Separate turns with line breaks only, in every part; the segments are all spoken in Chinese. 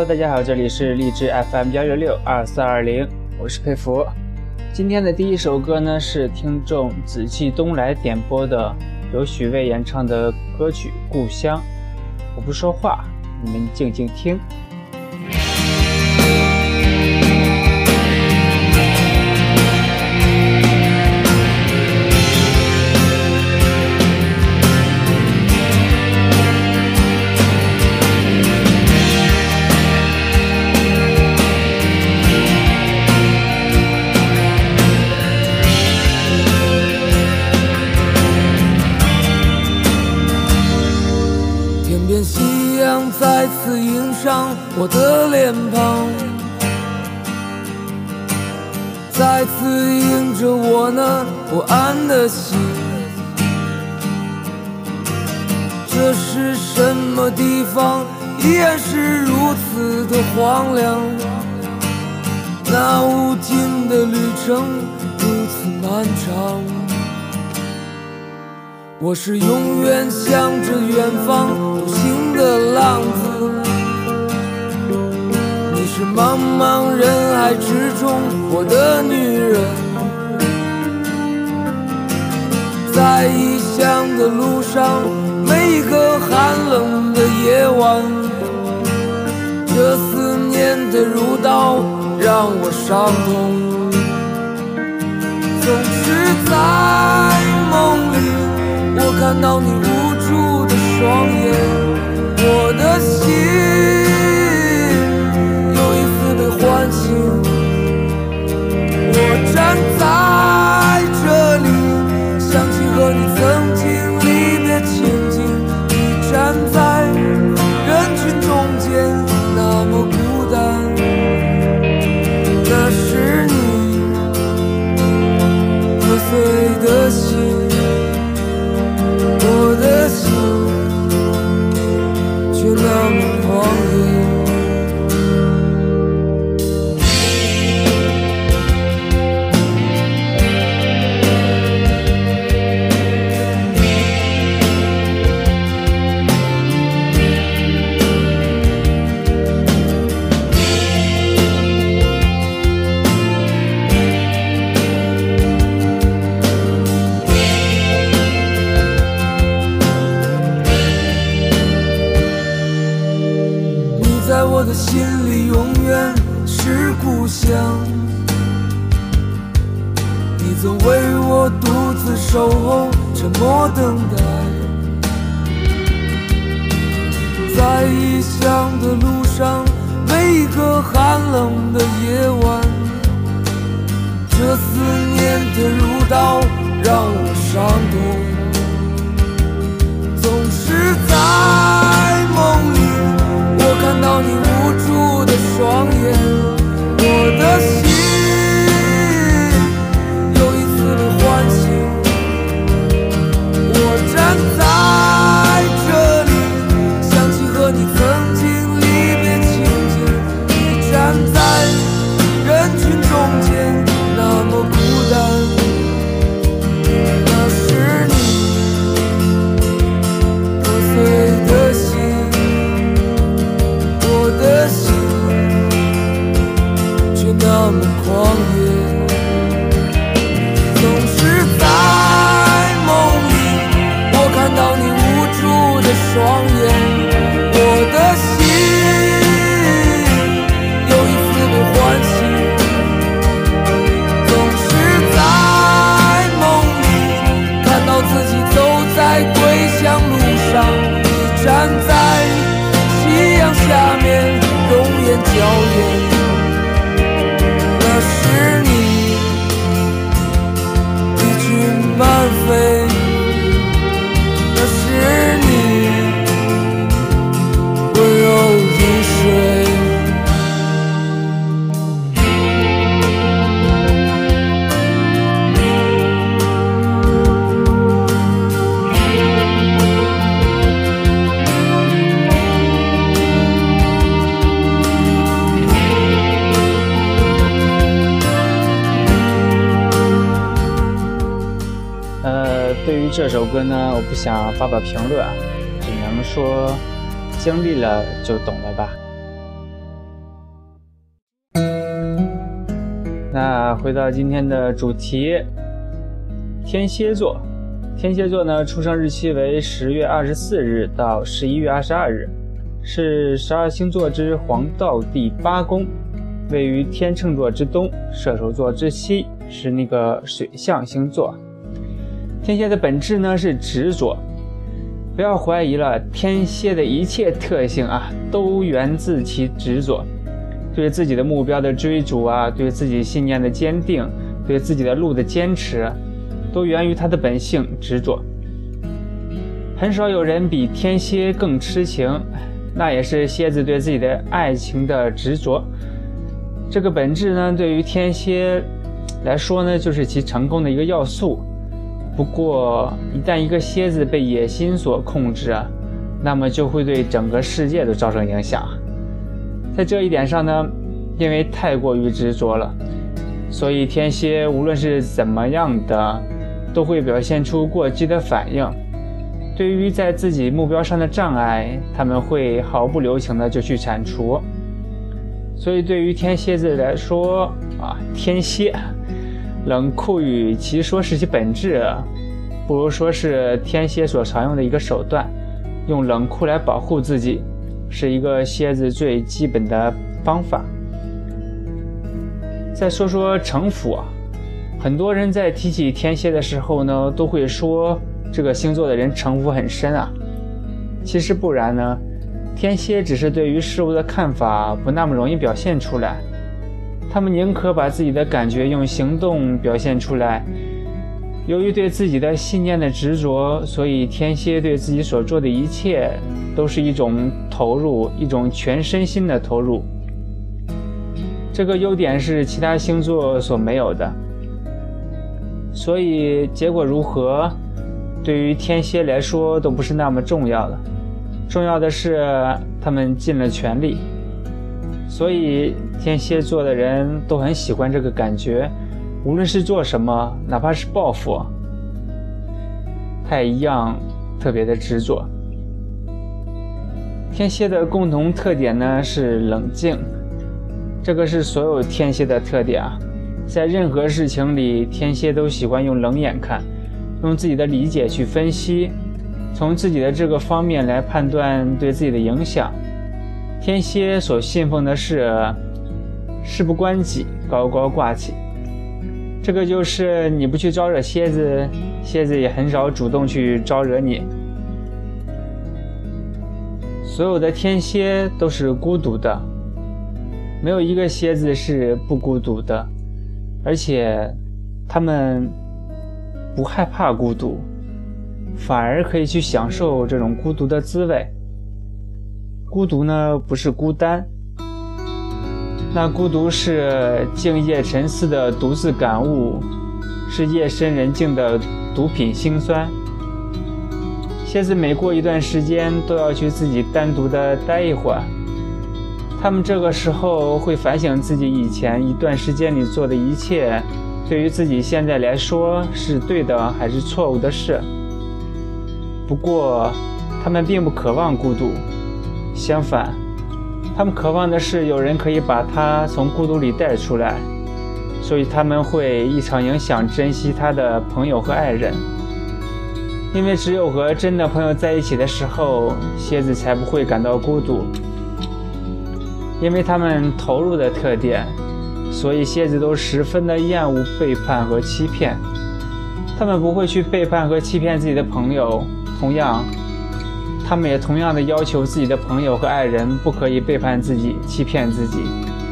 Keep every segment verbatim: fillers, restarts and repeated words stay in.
Hello， 大家好，这里是荔枝 F M 幺六六二四二零，我是佩服。今天的第一首歌呢是听众紫气东来点播的，由许巍演唱的歌曲《故乡》。我不说话，你们静静听。
夕阳再次映上我的脸庞，再次映着我那不安的心。这是什么地方，依然是如此的荒凉，那无尽的旅程如此漫长。我是永远向着远方独行的浪子，你是茫茫人海之中我的女人。在异乡的路上，每一个寒冷的夜晚，这思念的如刀让我伤痛。总是在梦里我看到你无助的双眼，我的心又一次被唤醒。我站在这里，想起和你曾经离别情景，你站在人群中间，那么孤单。那是你破碎的心，我的心却那么狂野。在我的心里永远是故乡，你总为我独自守候，沉默等待。在异乡的路上，每一个寒冷的夜晚，这思念的如刀让我伤痛。总是在梦里我看到你无助的双眼，我的心又一次被唤醒。我站在这里，想起和你曾经离别情景，你站在人群中间，那么孤单。那是你破碎的心，我的心却那么狂野。总是在梦里我看到你无助的双眼，我的心又一次被唤醒。总是在梦里看到自己走在归乡路上，你站在夕阳下面容颜娇艳。那是你一群漫飞，那是你温柔如水。
对于这首歌呢，我不想发表评论，只能说经历了就懂了吧。 那回到今天的主题，天蝎座。天蝎座呢，出生日期为十月二十四日到十一月二十二日，是十二星座之黄道第八宫，位于天秤座之东，射手座之西，是那个水象星座。天蝎的本质呢是执着，不要怀疑了，天蝎的一切特性啊，都源自其执着。对自己的目标的追逐啊，对自己信念的坚定，对自己的路的坚持，都源于他的本性执着。很少有人比天蝎更痴情，那也是蝎子对自己的爱情的执着。这个本质呢，对于天蝎来说呢，就是其成功的一个要素。不过一旦一个蝎子被野心所控制，那么就会对整个世界都造成影响。在这一点上呢，因为太过于执着了，所以天蝎无论是怎么样的，都会表现出过激的反应。对于在自己目标上的障碍，他们会毫不留情的就去铲除。所以对于天蝎子来说啊，天蝎冷酷与其说是其本质，不如说是天蝎所常用的一个手段，用冷酷来保护自己，是一个蝎子最基本的方法。再说说城府啊，很多人在提起天蝎的时候呢，都会说这个星座的人城府很深啊。其实不然呢，天蝎只是对于事物的看法不那么容易表现出来，他们宁可把自己的感觉用行动表现出来。由于对自己的信念的执着，所以天蝎对自己所做的一切都是一种投入，一种全身心的投入。这个优点是其他星座所没有的。所以结果如何，对于天蝎来说都不是那么重要的，重要的是他们尽了全力。所以天蝎座的人都很喜欢这个感觉，无论是做什么，哪怕是报复，他也一样特别的执着。天蝎的共同特点呢是冷静，这个是所有天蝎的特点啊。在任何事情里，天蝎都喜欢用冷眼看，用自己的理解去分析，从自己的这个方面来判断对自己的影响。天蝎所信奉的是事不关己，高高挂起，这个就是你不去招惹蝎子，蝎子也很少主动去招惹你。所有的天蝎都是孤独的，没有一个蝎子是不孤独的，而且他们不害怕孤独，反而可以去享受这种孤独的滋味。孤独呢，不是孤单，那孤独是静夜沉思的独自感悟，是夜深人静的独品辛酸。蝎子每过一段时间都要去自己单独的待一会儿，他们这个时候会反省自己以前一段时间里做的一切，对于自己现在来说是对的还是错误的事。不过他们并不渴望孤独，相反，他们渴望的是有人可以把他从孤独里带出来，所以他们会异常影响珍惜他的朋友和爱人。因为只有和真的朋友在一起的时候，蝎子才不会感到孤独。因为他们投入的特点，所以蝎子都十分的厌恶背叛和欺骗，他们不会去背叛和欺骗自己的朋友，同样他们也同样的要求自己的朋友和爱人不可以背叛自己，欺骗自己。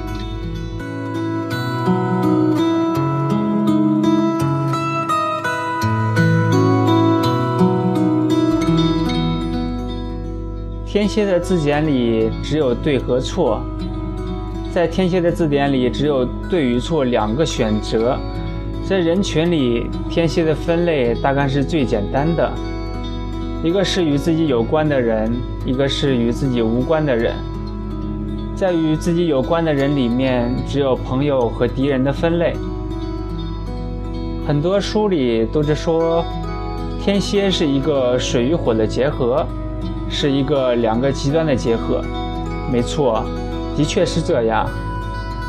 天蝎的字典里只有对和错，在天蝎的字典里只有对与错两个选择。在人群里，天蝎的分类大概是最简单的，一个是与自己有关的人，一个是与自己无关的人。在与自己有关的人里面，只有朋友和敌人的分类。很多书里都是说天蝎是一个水与火的结合，是一个两个极端的结合。没错，的确是这样。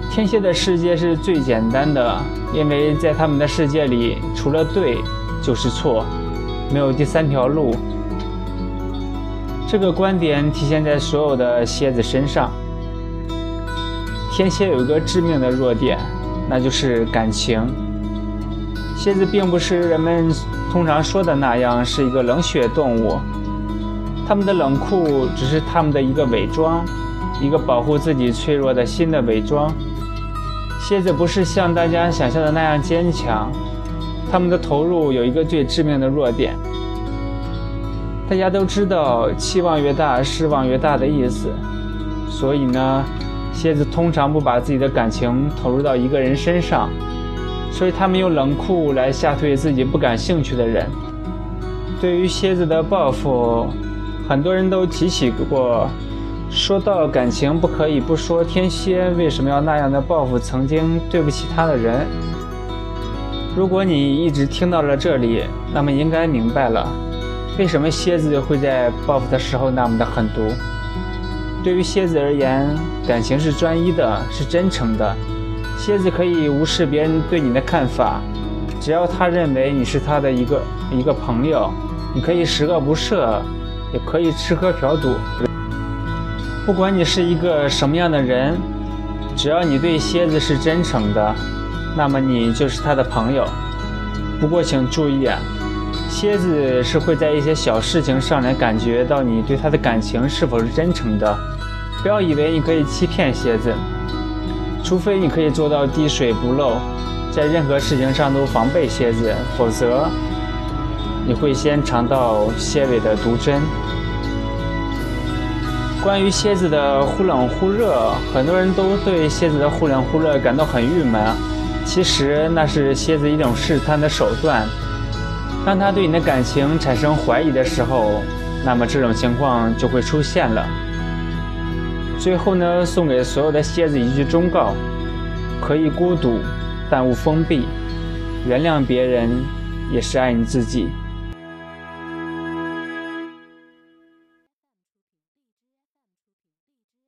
天蝎的世界是最简单的，因为在他们的世界里，除了对就是错，没有第三条路。这个观点体现在所有的蝎子身上。天蝎有一个致命的弱点，那就是感情。蝎子并不是人们通常说的那样是一个冷血动物，他们的冷酷只是他们的一个伪装，一个保护自己脆弱的心的伪装。蝎子不是像大家想象的那样坚强，他们的投入有一个最致命的弱点。大家都知道期望越大失望越大的意思，所以呢，蝎子通常不把自己的感情投入到一个人身上，所以他们用冷酷来吓退自己不感兴趣的人。对于蝎子的报复，很多人都提起过，说到感情不可以不说天蝎为什么要那样的报复曾经对不起他的人。如果你一直听到了这里，那么应该明白了为什么蝎子会在报复的时候那么的狠毒。对于蝎子而言，感情是专一的，是真诚的。蝎子可以无视别人对你的看法，只要他认为你是他的一个一个朋友，你可以十恶不赦，也可以吃喝嫖赌。不管你是一个什么样的人，只要你对蝎子是真诚的，那么你就是他的朋友。不过请注意啊，蝎子是会在一些小事情上来感觉到你对他的感情是否是真诚的。不要以为你可以欺骗蝎子，除非你可以做到滴水不漏，在任何事情上都防备蝎子，否则你会先尝到蝎尾的毒针。关于蝎子的忽冷忽热，很多人都对蝎子的忽冷忽热感到很郁闷，其实那是蝎子一种试探的手段。当他对你的感情产生怀疑的时候，那么这种情况就会出现了。最后呢，送给所有的蝎子一句忠告：可以孤独，但勿封闭；原谅别人，也是爱你自己。